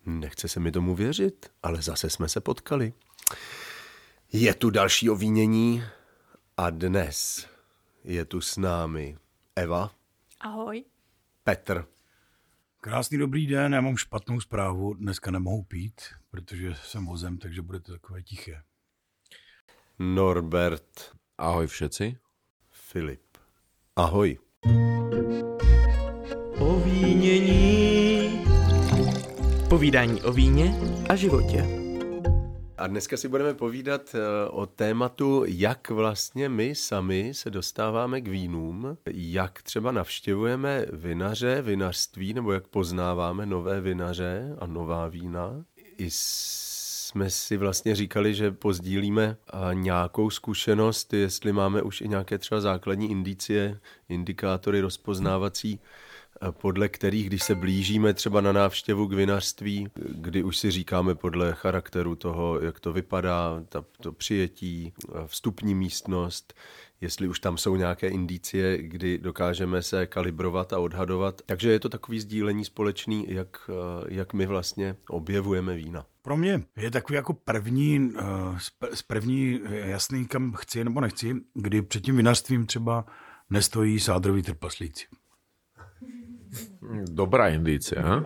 Nechce se mi tomu věřit, ale zase jsme se potkali. Je tu další ovínění a dnes je tu s námi Eva. Ahoj. Petr. Krásný dobrý den, já mám špatnou zprávu, dneska nemohu pít, protože jsem vozem, takže bude to takové tiché. Norbert. Ahoj všetci. Filip. Ahoj. Ovínění. Povídání o víně a životě. A dneska si budeme povídat o tématu, jak vlastně my sami se dostáváme k vínům, jak třeba navštěvujeme vinaře, vinařství, nebo jak poznáváme nové vinaře a nová vína. I jsme si vlastně říkali, že pozdílíme nějakou zkušenost, jestli máme už i nějaké třeba základní indicie, indikátory rozpoznávací, podle kterých, když se blížíme třeba na návštěvu k vinařství, kdy už si říkáme podle charakteru toho, jak to vypadá, to přijetí, vstupní místnost, jestli už tam jsou nějaké indicie, kdy dokážeme se kalibrovat a odhadovat. Takže je to takový sdílení společný, jak my vlastně objevujeme vína. Pro mě je takový jako první jasný, kam chci nebo nechci, kdy před tím vinařstvím třeba nestojí sádroví trpaslíci. Dobrá indicie, ha?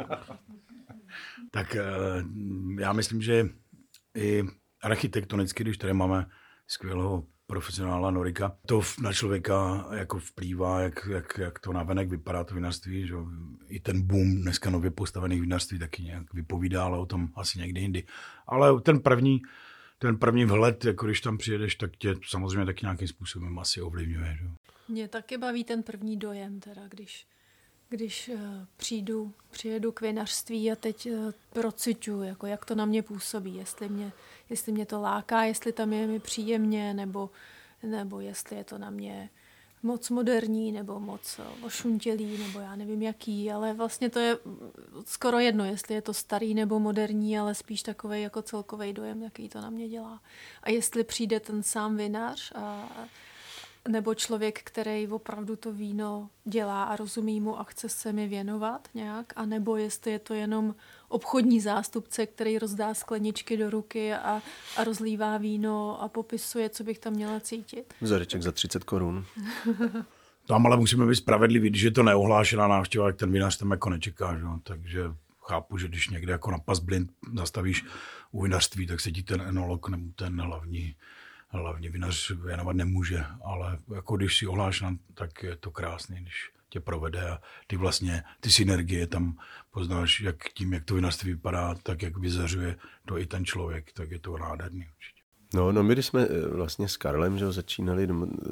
Tak já myslím, že i architektonicky, když tady máme skvělého profesionála Norika, to na člověka jako vplývá, jak to navenek vypadá, to vinařství, že i ten boom dneska nově postavených vinařství taky nějak vypovídá, ale o tom asi někdy jindy. Ale ten první vhled, jako když tam přijedeš, tak tě samozřejmě taky nějakým způsobem asi ovlivňuje. Že? Mě taky baví ten první dojem, teda, když přijedu k vinařství a teď prociťuji, jako jak to na mě působí, jestli mě to láká, jestli tam je mi příjemně, nebo jestli je to na mě moc moderní, nebo moc ošuntělý, nebo já nevím jaký, ale vlastně to je skoro jedno, jestli je to starý nebo moderní, ale spíš takovej jako celkovej dojem, jaký to na mě dělá. A jestli přijde ten sám vinař nebo člověk, který opravdu to víno dělá a rozumí mu a chce se mi věnovat nějak, a nebo jestli je to jenom obchodní zástupce, který rozdá skleničky do ruky a rozlívá víno a popisuje, co bych tam měla cítit. Vzoreček za 30 korun. Tam ale musíme být spravedliví, když je to neohlášená návštěva, jak ten vinař tam jako nečeká. Že? Takže chápu, že když někde jako na pas blind zastavíš u vinařství, tak se ti ten enolog nebo ten hlavní vinař věnovat nemůže, ale jako když si ohlášená, tak je to krásný, když tě provede a ty synergie tam poznáš, jak to vinařství vypadá, tak jak vyzařuje to i ten člověk, tak je to nádherný určitě. No my když jsme vlastně s Karlem, že začínali,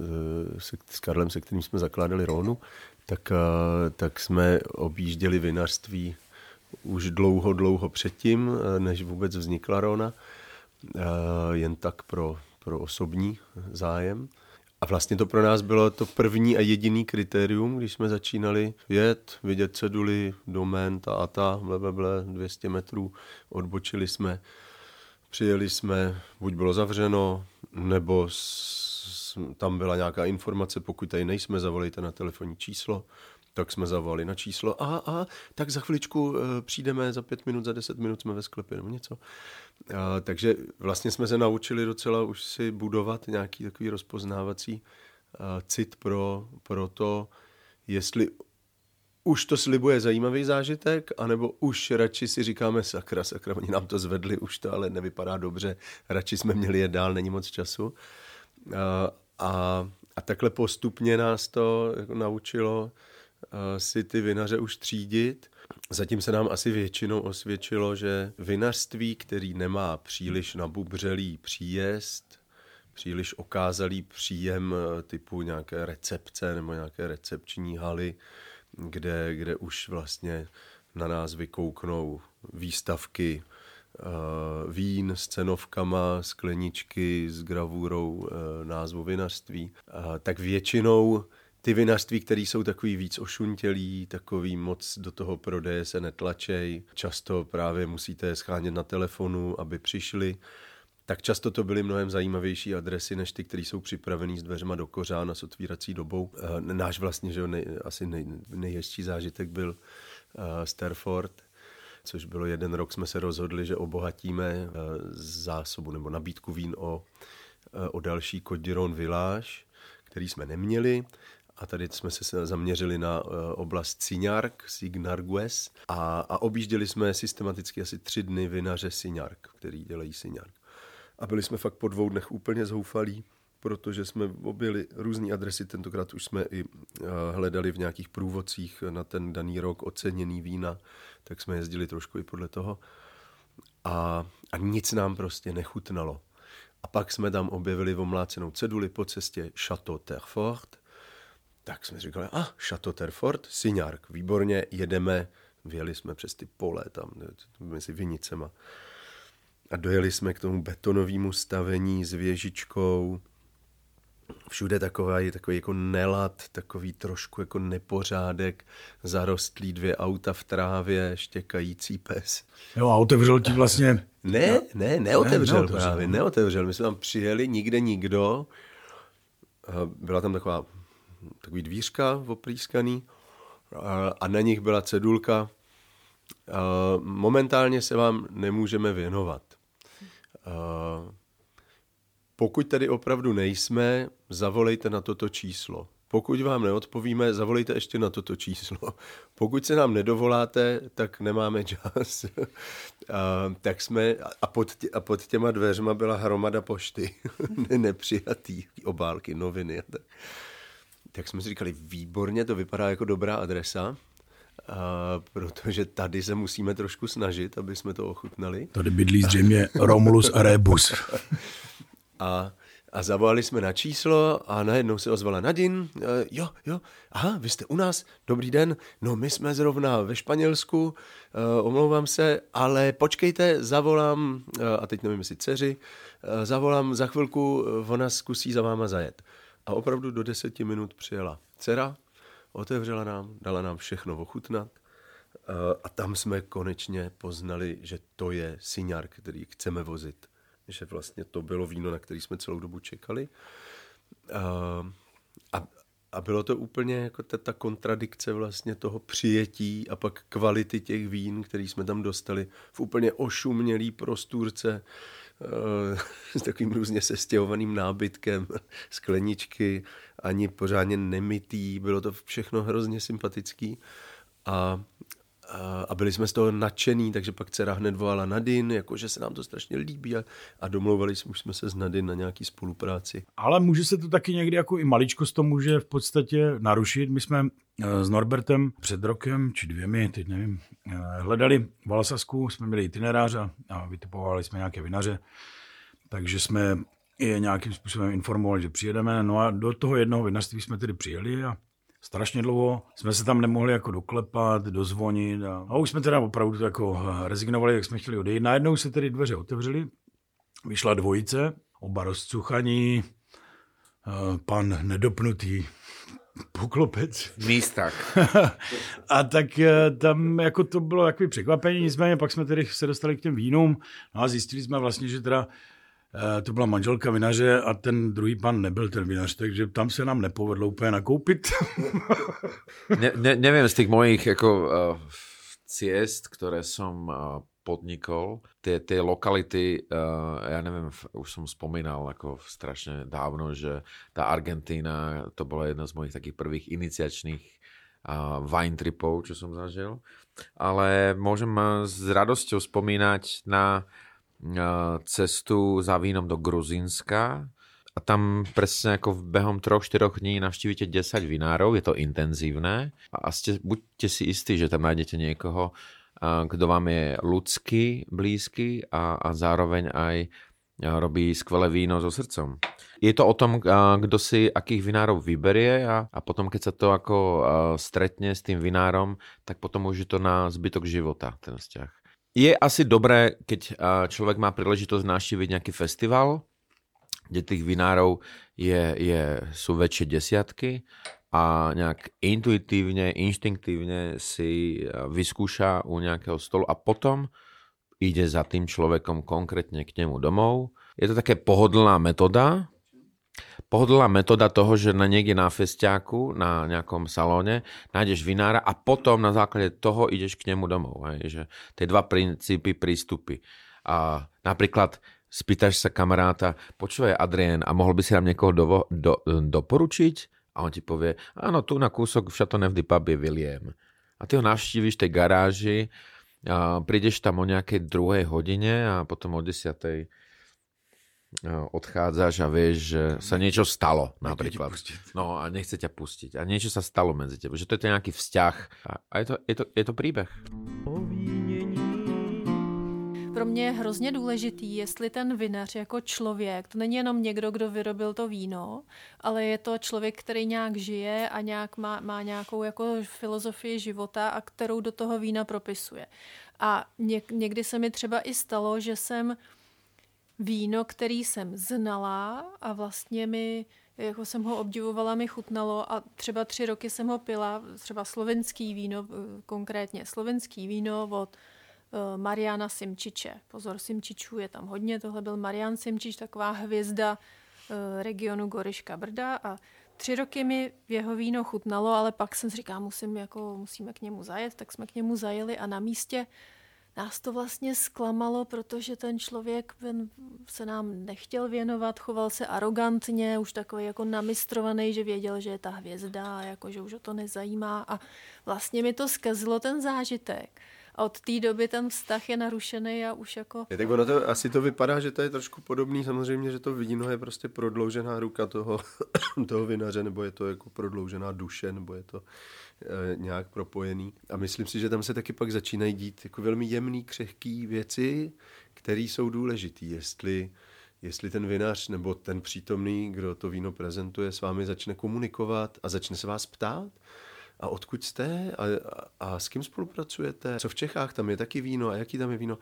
s Karlem, se kterým jsme zakládali Rónu, tak jsme objížděli vinařství už dlouho předtím, než vůbec vznikla Róna, jen tak pro osobní zájem. A vlastně to pro nás bylo to první a jediný kritérium, když jsme začínali vidět ceduly, domén, ta, blablabla, 200 metrů, odbočili jsme, přijeli jsme, buď bylo zavřeno, nebo tam byla nějaká informace, pokud tady nejsme, zavolejte na telefonní číslo. Tak jsme zavolali na číslo tak za chviličku přijdeme, za 5 minut, za 10 minut jsme ve sklepě nebo něco. Takže vlastně jsme se naučili docela už si budovat nějaký takový rozpoznávací cit pro to, jestli už to slibuje zajímavý zážitek, anebo už radši si říkáme sakra, oni nám to zvedli, už to ale nevypadá dobře, radši jsme měli jet dál, není moc času. A takhle postupně nás to jako naučilo si ty vinaře už třídit. Zatím se nám asi většinou osvědčilo, že vinařství, který nemá příliš nabubřelý příjezd, příliš okázalý příjem typu nějaké recepce nebo nějaké recepční haly, kde už vlastně na nás vykouknou výstavky vín s cenovkama, skleničky s gravurou názvu vinařství, tak většinou ty vinařství, které jsou takový víc ošuntělý, takový moc do toho prodeje se netlačej, často právě musíte schánět na telefonu, aby přišli, tak často to byly mnohem zajímavější adresy, než ty, které jsou připravený s dveřma do kořán a s otvírací dobou. Náš vlastně, že asi nejhezčí zážitek byl Sterford. což bylo jeden rok, jsme se rozhodli, že obohatíme zásobu nebo nabídku vín o další Côte d'Iron Village, který jsme neměli. A tady jsme se zaměřili na oblast Signargues a objížděli jsme systematicky asi 3 dny vinaře Signarg, který dělají Signarg. A byli jsme fakt po 2 dnech úplně zoufalí, protože jsme objeli různé adresy. Tentokrát už jsme i hledali v nějakých průvodcích na ten daný rok oceněný vína, tak jsme jezdili trošku i podle toho. A nic nám prostě nechutnalo. A pak jsme tam objevili omlácenou ceduli po cestě Château Terfort. Tak jsme říkali, Château Terfort, Signarg, výborně, jedeme. Vyjeli jsme přes ty pole tam mezi vinicema. A dojeli jsme k tomu betonovému stavení s věžičkou. Všude takový jako nelad, takový trošku jako nepořádek, zarostlý 2 auta v trávě, štěkající pes. Jo, a otevřel ti vlastně... Neotevřel právě, neotevřel. My jsme tam přijeli, nikde nikdo. Byla tam takový dvířka oprýskaný a na nich byla cedulka. Momentálně se vám nemůžeme věnovat. Pokud tady opravdu nejsme, zavolejte na toto číslo. Pokud vám neodpovíme, zavolejte ještě na toto číslo. Pokud se nám nedovoláte, tak nemáme čas. Tak jsme, a pod těma dveřma byla hromada pošty, nepřijatý obálky, noviny. Tak jsme si říkali, výborně, to vypadá jako dobrá adresa, protože tady se musíme trošku snažit, aby jsme to ochutnali. Tady bydlí zřejmě Romulus a Rebus. A zavolali jsme na číslo a najednou se ozvala Nadine. Jo, aha, vy jste u nás, dobrý den. No, my jsme zrovna ve Španělsku, omlouvám se, ale počkejte, zavolám, a teď nevím, jestli dceři, zavolám za chvilku, ona zkusí za váma zajet. A opravdu do 10 minut přijela dcera, otevřela nám, dala nám všechno ochutnat a tam jsme konečně poznali, že to je Signarg, který chceme vozit. Že vlastně to bylo víno, na který jsme celou dobu čekali. A bylo to úplně jako ta kontradikce vlastně toho přijetí a pak kvality těch vín, který jsme tam dostali v úplně ošumělý prostůrce s takovým různě sestěhovaným nábytkem, skleničky, ani pořádně nemytý, bylo to všechno hrozně sympatický a byli jsme z toho nadšený, takže pak dcera hned volala Nadine, jakože se nám to strašně líbí a domlouvali jsme se s Nadine na nějaký spolupráci. Ale může se to taky někdy jako i maličkost to může v podstatě narušit. My jsme s Norbertem před rokem, či 2, teď nevím, hledali v Alsasku, jsme měli itinerář a vytipovali jsme nějaké vinaře, takže jsme je nějakým způsobem informovali, že přijedeme. No a do toho jednoho vinařství jsme tedy přijeli a strašně dlouho jsme se tam nemohli jako doklepat, dozvonit a už jsme teda opravdu jako rezignovali, jak jsme chtěli odejít. Najednou se tedy dveře otevřely, vyšla dvojice, oba rozcuchaní, pan nedopnutý poklopec. V místách. A tak tam jako to bylo takový překvapení, nicméně pak jsme tedy se dostali k těm vínům no a zjistili jsme vlastně, že teda to byla manželka vinaře a ten druhý pan nebyl ten vinař, takže tam se nám nepovedlo úplně nakoupit. Neviem, z tých mojich ako, ciest, ktoré som podnikol, tie lokality, ja neviem, už som spomínal ako strašne dávno, že tá Argentína, to bola jedna z mojich takých prvých iniciačných wine tripov, čo som zažil. Ale môžem s radosťou spomínať na cestu za vínom do Gruzínska a tam presne ako behom 3-4 dní navštívite 10 vinárov, je to intenzívne a buďte si istí, že tam nájdete niekoho, kto vám je ľudský, blízky a zároveň aj robí skvelé víno so srdcom. Je to o tom, kto si akých vinárov vyberie a potom, keď sa to ako stretne s tým vinárom, tak potom už je to na zbytok života, ten vzťah. Je asi dobré, keď človek má príležitosť navštíviť nejaký festival, kde tých vinárov sú väčšie desiatky a nejak intuitívne, inštinktívne si vyskúša u nejakého stolu a potom ide za tým človekom konkrétne k nemu domov. Je to také pohodlná metóda pohodlná metoda toho, že niekde na festiáku, na nejakom salóne, nájdeš vinára a potom na základe toho ideš k nemu domov. Hej? Že tie dva princípy prístupy. A napríklad spýtaš sa kamaráta, počúvaj Adrien, a mohol by si nám niekoho doporučiť? A on ti povie, áno, tu na kúsok v Chateauneuf du Pape je William. A ty ho navštívíš v tej garáži, a prídeš tam o nejakej 2:00 hodine a potom o 10:00 odchádzaš a vieš, že sa niečo stalo napríklad. No a nechce ťa pustiť. A niečo sa stalo medzi tebou. Že to je nejaký vzťah. A je to príbeh. Pro mě je hrozně důležitý, jestli ten vinař jako člověk, to není jenom někdo, kdo vyrobil to víno, ale je to člověk, který nějak žije a nějak má nějakou jako filozofii života a kterou do toho vína propisuje. A někdy se mi třeba i stalo, že jsem víno, který jsem znala a vlastně jako jsem ho obdivovala, mi chutnalo a třeba 3 roky jsem ho pila, třeba slovenský víno, konkrétně slovenský víno od Mariana Simčiče. Pozor, Simčičů je tam hodně, tohle byl Marian Simčič, taková hvězda regionu Goriška Brda a 3 roky mi jeho víno chutnalo, ale pak jsem si říkala, musíme k němu zajet, tak jsme k němu zajeli a na místě nás to vlastně zklamalo, protože ten člověk se nám nechtěl věnovat, choval se arrogantně, už takový jako namistrovaný, že věděl, že je ta hvězda, jako že už ho to nezajímá a vlastně mi to zkazilo ten zážitek. A od té doby ten vztah je narušený a už jako... Tak ono to, asi to vypadá, že to je trošku podobný, samozřejmě, že to víno je prostě prodloužená ruka toho vinaře, nebo je to jako prodloužená duše, nebo je to nějak propojený. A myslím si, že tam se taky pak začínají dít jako velmi jemný, křehký věci, které jsou důležitý. Jestli ten vinař nebo ten přítomný, kdo to víno prezentuje, s vámi začne komunikovat a začne se vás ptát, a odkud jste a s kým spolupracujete, co v Čechách, tam je taky víno a jaký tam je víno.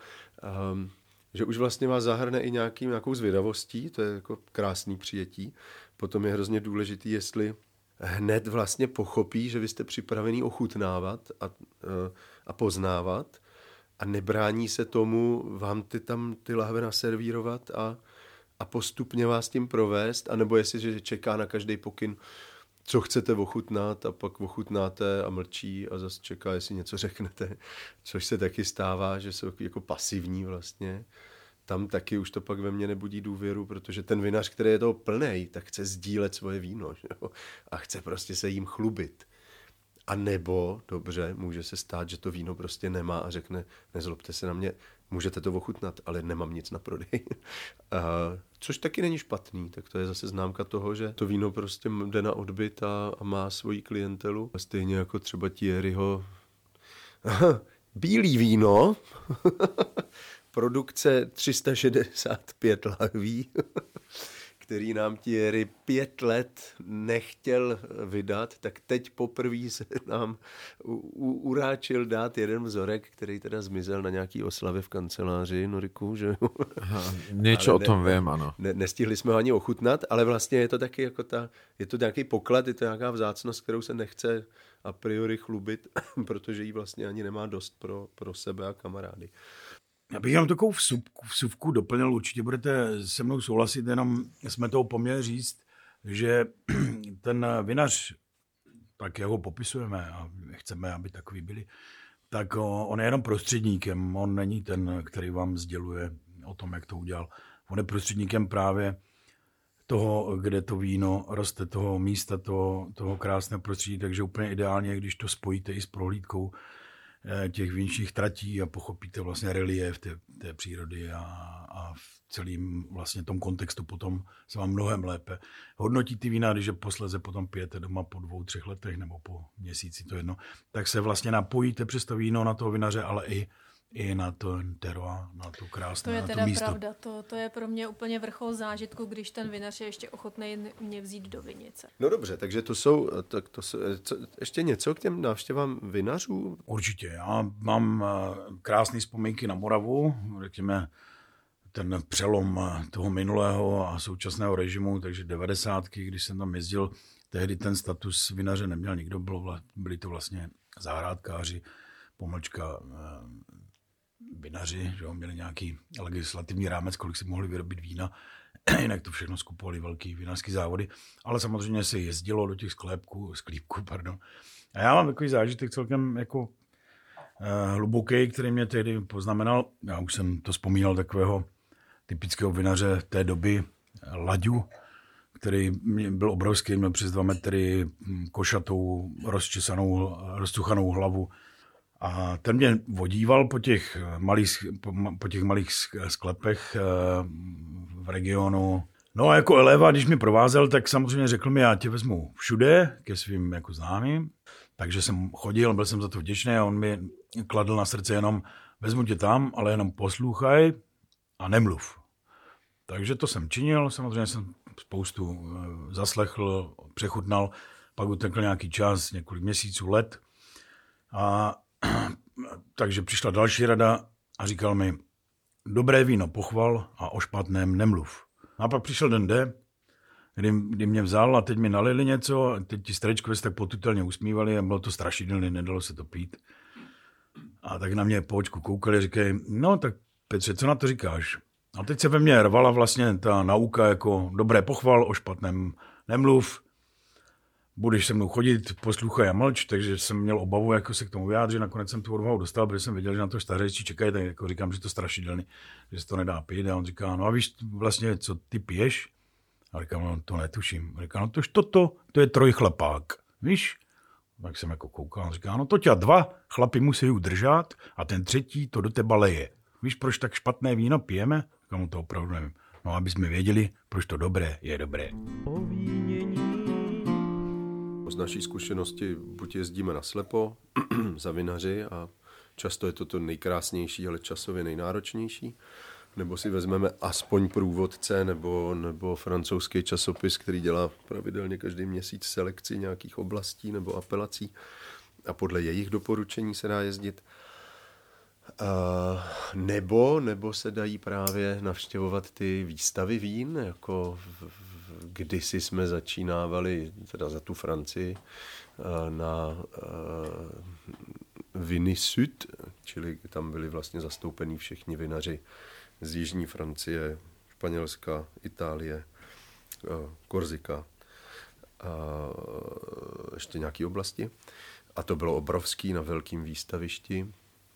Že už vlastně vás zahrne i nějakou zvědavostí, to je jako krásný přijetí. Potom je hrozně důležitý, jestli hned vlastně pochopí, že vy jste připravený ochutnávat a poznávat a nebrání se tomu vám tam ty lahve naservírovat a postupně vás tím provést, anebo jestli čeká na každý pokyn, co chcete ochutnat a pak ochutnáte a mlčí a zase čeká, jestli něco řeknete, což se taky stává, že jsou jako pasivní vlastně. Tam taky už to pak ve mně nebudí důvěru, protože ten vinař, který je toho plnej, tak chce sdílet svoje víno, že jo? A chce prostě se jim chlubit. A nebo, dobře, může se stát, že to víno prostě nemá a řekne, nezlobte se na mě, můžete to ochutnat, ale nemám nic na prodej. Což taky není špatný, tak to je zase známka toho, že to víno prostě jde na odbyt a má svoji klientelu. Stejně jako třeba Thierryho bílý víno, produkce 365 lahví, který nám Thierry 5 let nechtěl vydat, tak teď poprvé se nám uráčil dát jeden vzorek, který teda zmizel na nějaký oslavě v kanceláři Noriku, že? Niečo o tom viem, ano. Nestihli jsme ho ani ochutnat, ale vlastně je to taky jako je to nějaký poklad, je to nějaká vzácnost, kterou se nechce a priori chlubit, protože jí vlastně ani nemá dost pro sebe a kamarády. Já bych jenom takovou vsuvku doplnil, určitě budete se mnou souhlasit, jenom jsme toho poměli říct, že ten vinař, tak jak ho popisujeme a chceme, aby takový byli, tak on je jenom prostředníkem, on není ten, který vám sděluje o tom, jak to udělal. On je prostředníkem právě toho, kde to víno roste, toho místa, toho krásného prostředí, takže úplně ideálně, když to spojíte i s prohlídkou těch viničních tratí a pochopíte vlastně relief té přírody a v celém vlastně tom kontextu potom se vám mnohem lépe hodnotí ty vína, když je posledně potom pijete doma po 2-3 letech nebo po měsíci, to jedno, tak se vlastně napojíte přes to víno na toho vinaře, ale i na to terroir, na to krásné, to je na teda to místo. Pravda, to je pro mě úplně vrchol zážitku, když ten vinař je ještě ochotný mě vzít do vinice. No dobře, takže to jsou ještě něco k těm návštěvám vinařů? Určitě, já mám krásné vzpomínky na Moravu, řekněme ten přelom toho minulého a současného režimu, takže 90, když jsem tam jezdil, tehdy ten status vinaře neměl nikdo, byli to vlastně zahrádkáři, pomlčka vinaři, že měli nějaký legislativní rámec, kolik si mohli vyrobit vína, jinak to všechno skupovali velký vinařský závody, ale samozřejmě se jezdilo do těch sklípků. A já mám takový zážitek celkem jako hluboký, který mě tehdy poznamenal, já už jsem to vzpomínal, takového typického vinaře té doby, Laďu, který byl obrovský, měl přes 2 metry, košatou, rozcuchanou hlavu. A ten mě vodíval po těch malých sklepech v regionu. No a jako eleva, když mě provázel, tak samozřejmě řekl mi, já tě vezmu všude ke svým jako známým. Takže jsem chodil, byl jsem za to vděčný a on mi kladl na srdce jenom, vezmu tě tam, ale jenom poslouchaj a nemluv. Takže to jsem činil, samozřejmě jsem spoustu zaslechl, přechutnal, pak utekl nějaký čas, několik měsíců, let. A takže přišla další rada a říkal mi, dobré víno pochval a o špatném nemluv. A pak přišel den D, kdy mě vzal a teď mi nalili něco a teď ti strečkové se tak potutelně usmívali a bylo to strašidelné, nedalo se to pít. A tak na mě po očku koukali a říkají, no tak Petře, co na to říkáš? A teď se ve mně rvala vlastně ta nauka jako dobré pochval, o špatném nemluv, budeš se mnou chodit, poslouchaj a mlč, takže jsem měl obavu, jako se k tomu vyjádřit, nakonec jsem tu odvahu dostal, protože jsem věděl, že na to stařečci čekají, tak jako říkám, že to strašidelný, že se to nedá pít. A on říká, no a víš vlastně, co ty piješ? A říkám, no to netuším. A říká, no to je trojchlapák, víš? Tak jsem jako koukal, a říká, no to tě 2 chlapi musí udržet a ten 3. to do teba leje. Víš, proč tak špatné víno pijeme? Říkám, no to opravdu nevím. No, aby jsme věděli, proč to dobré je dobré. Z naší zkušenosti buď jezdíme naslepo za vinaři a často je to nejkrásnější, ale časově nejnáročnější, nebo si vezmeme aspoň průvodce nebo francouzský časopis, který dělá pravidelně každý měsíc selekci nějakých oblastí nebo apelací a podle jejich doporučení se dá jezdit. Nebo se dají právě navštěvovat ty výstavy vín, jako kdysi jsme začínávali teda za tu Francii na Viny Sud, čili tam byli vlastně zastoupení všichni vinaři z jižní Francie, Španělska, Itálie, Korzika a ještě nějaké oblasti. A to bylo obrovský na velkém výstavišti.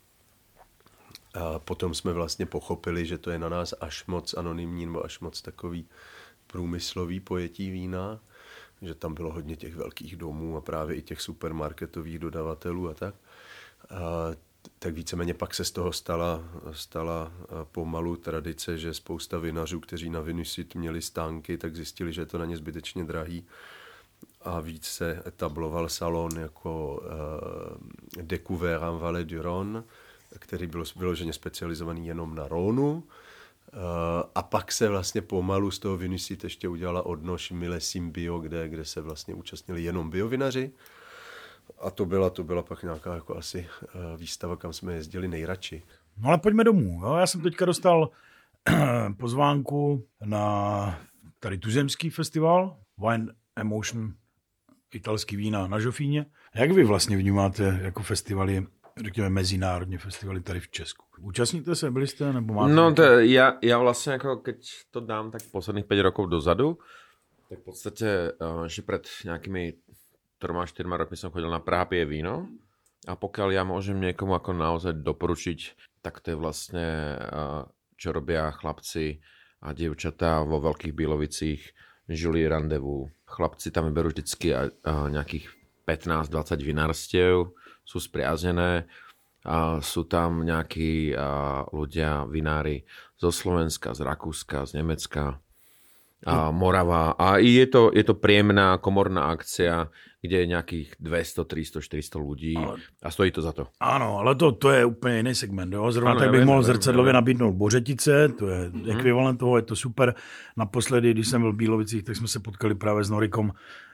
A potom jsme vlastně pochopili, že to je na nás až moc anonymní nebo až moc takový průmyslový pojetí vína, že tam bylo hodně těch velkých domů a právě i těch supermarketových dodavatelů a tak. Tak víceméně pak se z toho stala pomalu tradice, že spousta vinařů, kteří na Viny Sud měli stánky, tak zjistili, že je to na ně zbytečně drahý a víc se etabloval salon jako Découvert en Vallée du Rhône, který byl vyloženě specializovaný jenom na Rhônu. A pak se vlastně pomalu z toho Viny Sud ještě udělala odnož Millésime Bio, kde se vlastně účastnili jenom biovinaři. A to byla pak nějaká jako asi výstava, kam jsme jezdili nejradši. No ale pojďme domů. Jo? Já jsem teďka dostal pozvánku na tady tuzemský festival Wine Emotion, italský vína na Žofíně. Jak vy vlastně vnímáte jako festivaly, řekněme mezinárodní festivaly tady v Česku? Účastníte se, byli jste, nebo máte? No to ja vlastne ako keď to dám tak posledných 5 rokov dozadu, tak v podstate, že pred nejakými 3-4 rokmi som chodil na Praha pije víno a pokiaľ ja môžem niekomu ako naozaj doporučiť, tak to je vlastne, čo robia chlapci a dievčatá vo Veľkých Bílovicích, Julie Rendezvous. Chlapci tam berú vždycky nejakých 15-20 vinárstiev, sú spriaznené a sú tam nejakí ľudia, vinári zo Slovenska, z Rakúska, z Nemecka, a Morava. A je to príjemná komorná akcia, kde je nejakých 200, 300, 400 ľudí a stojí to za to. Ano, ale to je úplně jiný segment. Jo? Zrovna tak bych mohl zrcadlově nabídnout Bořetice, to je ekvivalent toho, je to super. Naposledy, když jsem byl v Bílovicích, tak jsme se potkali právě s Norikom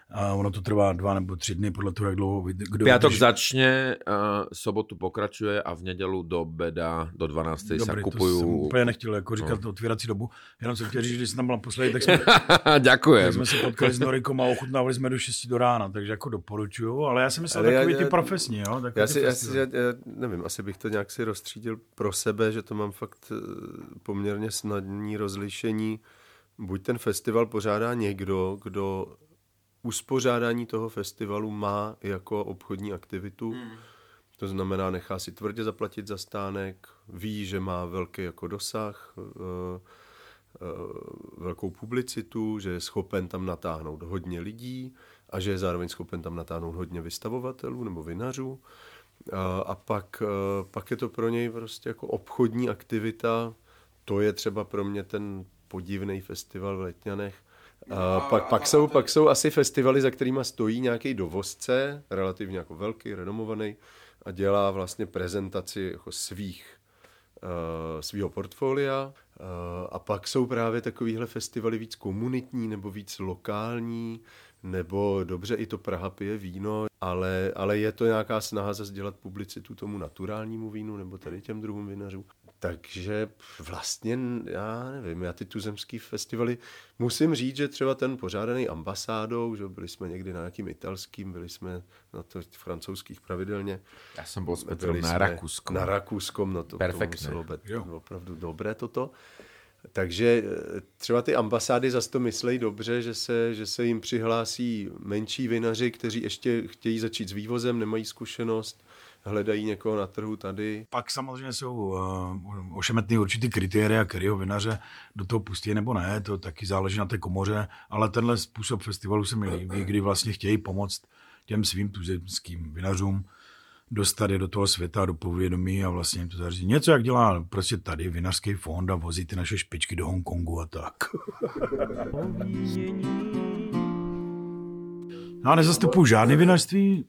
A ono to trvá 2 nebo 3 dny, podle toho, jak dlouho kdo Piatok začne, sobotu pokračuje a v nedělu do obeda, do 12. Dobrý, sa kupujú. To jsem úplně nechtěl jako říkat otvírací dobu. Jenom jsem chtěl říct, že když jsem tam byl naposledy, tak jsme se potkali s Norikom a ochutnávali jsme do 6 do rána, takže jako doporučuju, ale já si myslel takový ty profesní, jo? Já nevím, asi bych to nějak si rozstřídil pro sebe, že to mám fakt poměrně snadný rozlišení. Buď ten festival pořádá někdo, kdo uspořádání toho festivalu má jako obchodní aktivitu. To znamená, nechá si tvrdě zaplatit za stánek, ví, že má velký jako dosah, velkou publicitu, že je schopen tam natáhnout hodně lidí a že je zároveň schopen tam natáhnout hodně vystavovatelů nebo vinařů. A pak je to pro něj prostě jako obchodní aktivita. To je třeba pro mě ten podivný festival v Letňanech. Pak jsou asi festivaly, za kterýma stojí nějaký dovozce, relativně jako velký, renomovaný, a dělá vlastně prezentaci jako svýho portfolia. A pak jsou právě takovýhle festivaly víc komunitní nebo víc lokální, nebo dobře, i to Praha pije víno, ale je to nějaká snaha zase dělat publicitu tomu naturálnímu vínu nebo tady těm druhým vinařům. Takže vlastně, já nevím, já ty tuzemský festivaly musím říct, že třeba ten pořádaný ambasádou, že byli jsme někdy na nějakým italským, byli jsme na to francouzských pravidelně. Já jsem byl s Petrom na Rakúskom. Na Rakúskom, no to muselo být opravdu dobré toto. Takže třeba ty ambasády zase to myslejí dobře, že se jim přihlásí menší vinaři, kteří ještě chtějí začít s vývozem, nemají zkušenost, hledají někoho na trhu tady. Pak samozřejmě jsou ošemetný určitý kritéria, kterýho vinaře do toho pustí nebo ne, to taky záleží na té komoře, ale tenhle způsob festivalu se mi líbí, kdy vlastně chtějí pomoct těm svým tuzemským vinařům dostat je do toho světa, do povědomí a vlastně jim to zařídí. Něco, jak dělá prostě tady vinařský fond a vozí ty naše špičky do Hongkongu a tak. Já nezastupuji žádné vinařství,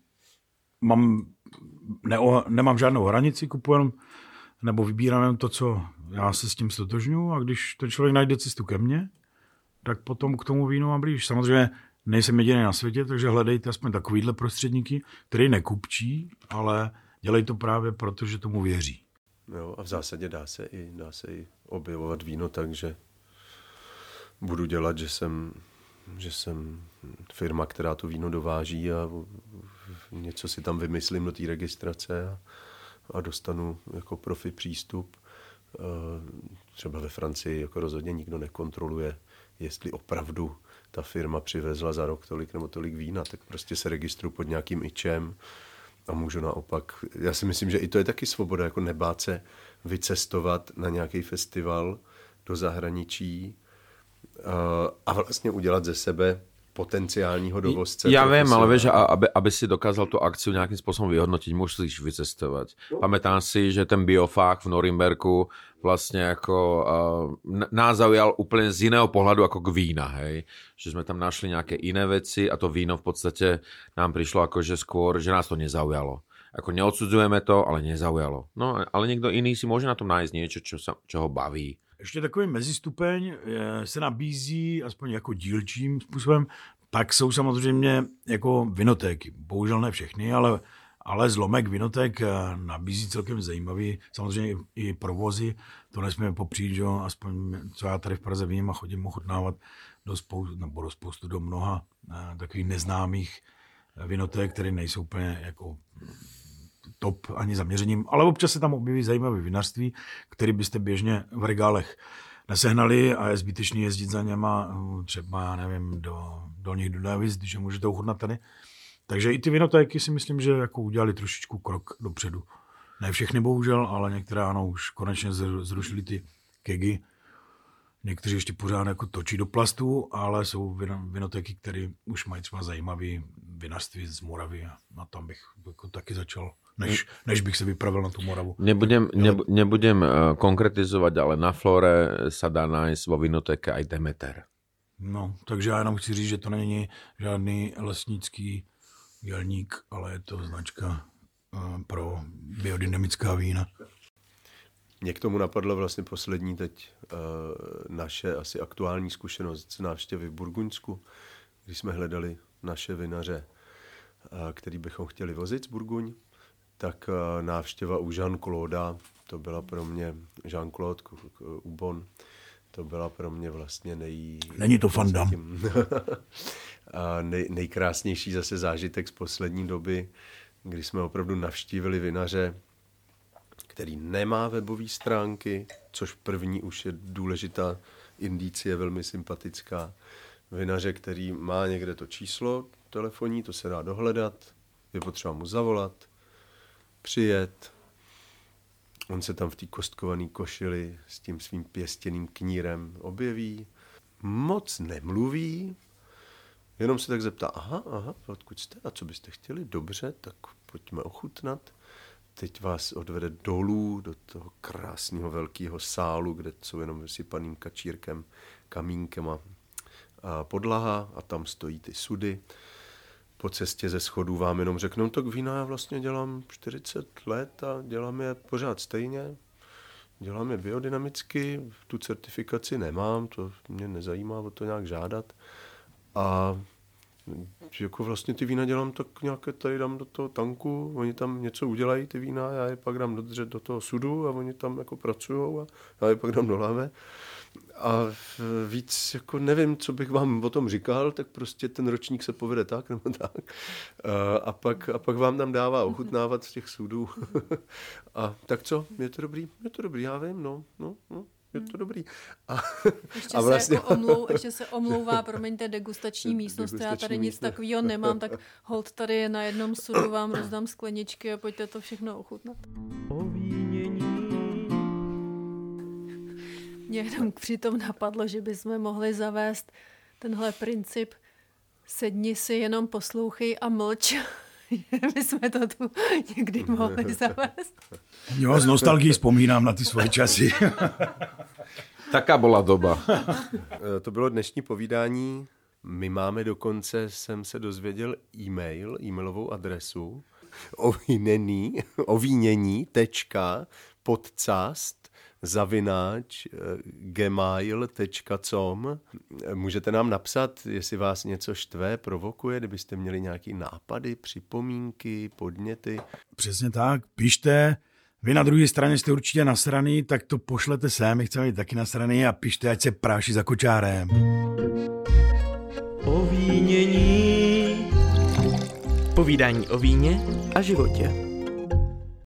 nemám žádnou hranici, kupuji nebo vybírám jen to, co já se s tím stotožňuji, a když ten člověk najde cestu ke mně, tak potom k tomu vínu mám blíž. Samozřejmě nejsem jediný na světě, takže hledejte aspoň takovýhle prostředníky, který nekupčí, ale dělají to právě proto, že tomu věří. Jo, a v zásadě dá se i objevovat víno tak, že budu dělat, že jsem firma, která to víno dováží a něco si tam vymyslím do té registrace a dostanu jako profi přístup. Třeba ve Francii jako rozhodně nikdo nekontroluje, jestli opravdu ta firma přivezla za rok tolik nebo tolik vína, tak prostě se registruju pod nějakým ičem a můžu naopak. Já si myslím, že i to je taky svoboda, jako nebát se vycestovat na nějaký festival do zahraničí a vlastně udělat ze sebe potenciálního dovozce. Ja viem, ale vieš, aby si dokázal tú akciu nejakým spôsobom vyhodnotiť, musíš vycestovať. Pamätám si, že ten biofák v Norimberku vlastne ako nás zaujal úplne z iného pohľadu ako k vína, hej. Že sme tam našli nejaké iné veci a to víno v podstate nám prišlo akože skôr, že nás to nezaujalo. Ako neodsudzujeme to, ale nezaujalo. No, ale niekto iný si môže na tom nájsť niečo, čo ho baví. Ještě takový mezistupeň se nabízí aspoň jako dílčím způsobem. Pak jsou samozřejmě jako vinotéky. Bohužel ne všechny, ale zlomek vinoték nabízí celkem zajímavý. Samozřejmě i provozy. To nesmíme popřít, že aspoň co já tady v Praze vím a chodím ochutnávat do mnoha takových neznámých vinoték, které nejsou úplně jako top ani zaměřením, ale občas se tam objeví zajímavé vinařství, které byste běžně v regálech nesehnali a je zbytečný jezdit za něma třeba, já nevím, do Dolních Dunavic, když je můžete ochutnat tady. Takže i ty vinotéky si myslím, že jako udělali trošičku krok dopředu. Ne všechny bohužel, ale některé ano, už konečně zrušili ty kegy. Někteří ještě pořád jako točí do plastu, ale jsou vinotéky, které už mají třeba zajímavé vinařství z Moravy a tam bych jako taky začal, než bych se vypravil na tu Moravu. Nebudem konkretizovat, ale na Flore sa dá nájsť vo vinotéke aj Demeter. No, takže já jenom chci říct, že to není žádný lesnický dělník, ale je to značka pro biodynamická vína. Mě k tomu napadlo vlastně poslední teď naše asi aktuální zkušenost z návštěvy v Burgundsku, když jsme hledali naše vinaře, který bychom chtěli vozit z Burguň, tak návštěva u Jean-Claude, to byla pro mě Jean-Claude Ubon, to byla pro mě vlastně Není to Van Damme. nejkrásnější zase zážitek z poslední doby, kdy jsme opravdu navštívili vinaře, který nemá webové stránky, což první už je důležitá indicie, velmi sympatická. Vinaře, který má někde to číslo telefonní, to se dá dohledat, je potřeba mu zavolat, přijet. On se tam v té kostkované košili s tím svým pěstěným knírem objeví. Moc nemluví, jenom se tak zeptá, aha, odkud jste a co byste chtěli? Dobře, tak pojďme ochutnat. Teď vás odvede dolů do toho krásného velkého sálu, kde jsou jenom vysypaným kačírkem, kamínkem a podlaha a tam stojí ty sudy. Po cestě ze schodů vám jenom řeknou, tak vína já vlastně dělám 40 let a dělám je pořád stejně. Dělám je biodynamicky, tu certifikaci nemám, to mě nezajímá o to nějak žádat. A jako vlastně ty vína dělám tak nějaké, tady dám do toho tanku, oni tam něco udělají ty vína, já je pak dám do toho sudu a oni tam jako pracujou a já je pak dám do láhve. A víc jako nevím, co bych vám o tom říkal, tak prostě ten ročník se povede tak nebo tak. A pak vám tam dává ochutnávat z těch sudů. A tak co, je to dobrý, já vím, no. Je to dobrý. Ještě se omlouvá, promiňte, degustační místnost, já tady nic takového nemám, tak hold tady je na jednom sudu, vám rozdám skleničky a pojďte to všechno ochutnat. Mě jenom přitom napadlo, že bychom mohli zavést tenhle princip sedni si, jenom poslouchej a mlč. My jsme to tu někdy mohli zavést. Jo, z nostalgií vzpomínám na ty svoje časy. Taká byla doba. To bylo dnešní povídání. My máme dokonce, jsem se dozvěděl, e-mailovou adresu ovínění.podcast@gmail.com. Můžete nám napsat, jestli vás něco štve, provokuje, kdybyste měli nějaké nápady, připomínky, podněty. Přesně tak, pište. Vy na druhé straně jste určitě nasraný, tak to pošlete sem, my chceme být taky nasraný a pište, ať se práší za kočárem. Povídání o víně a životě.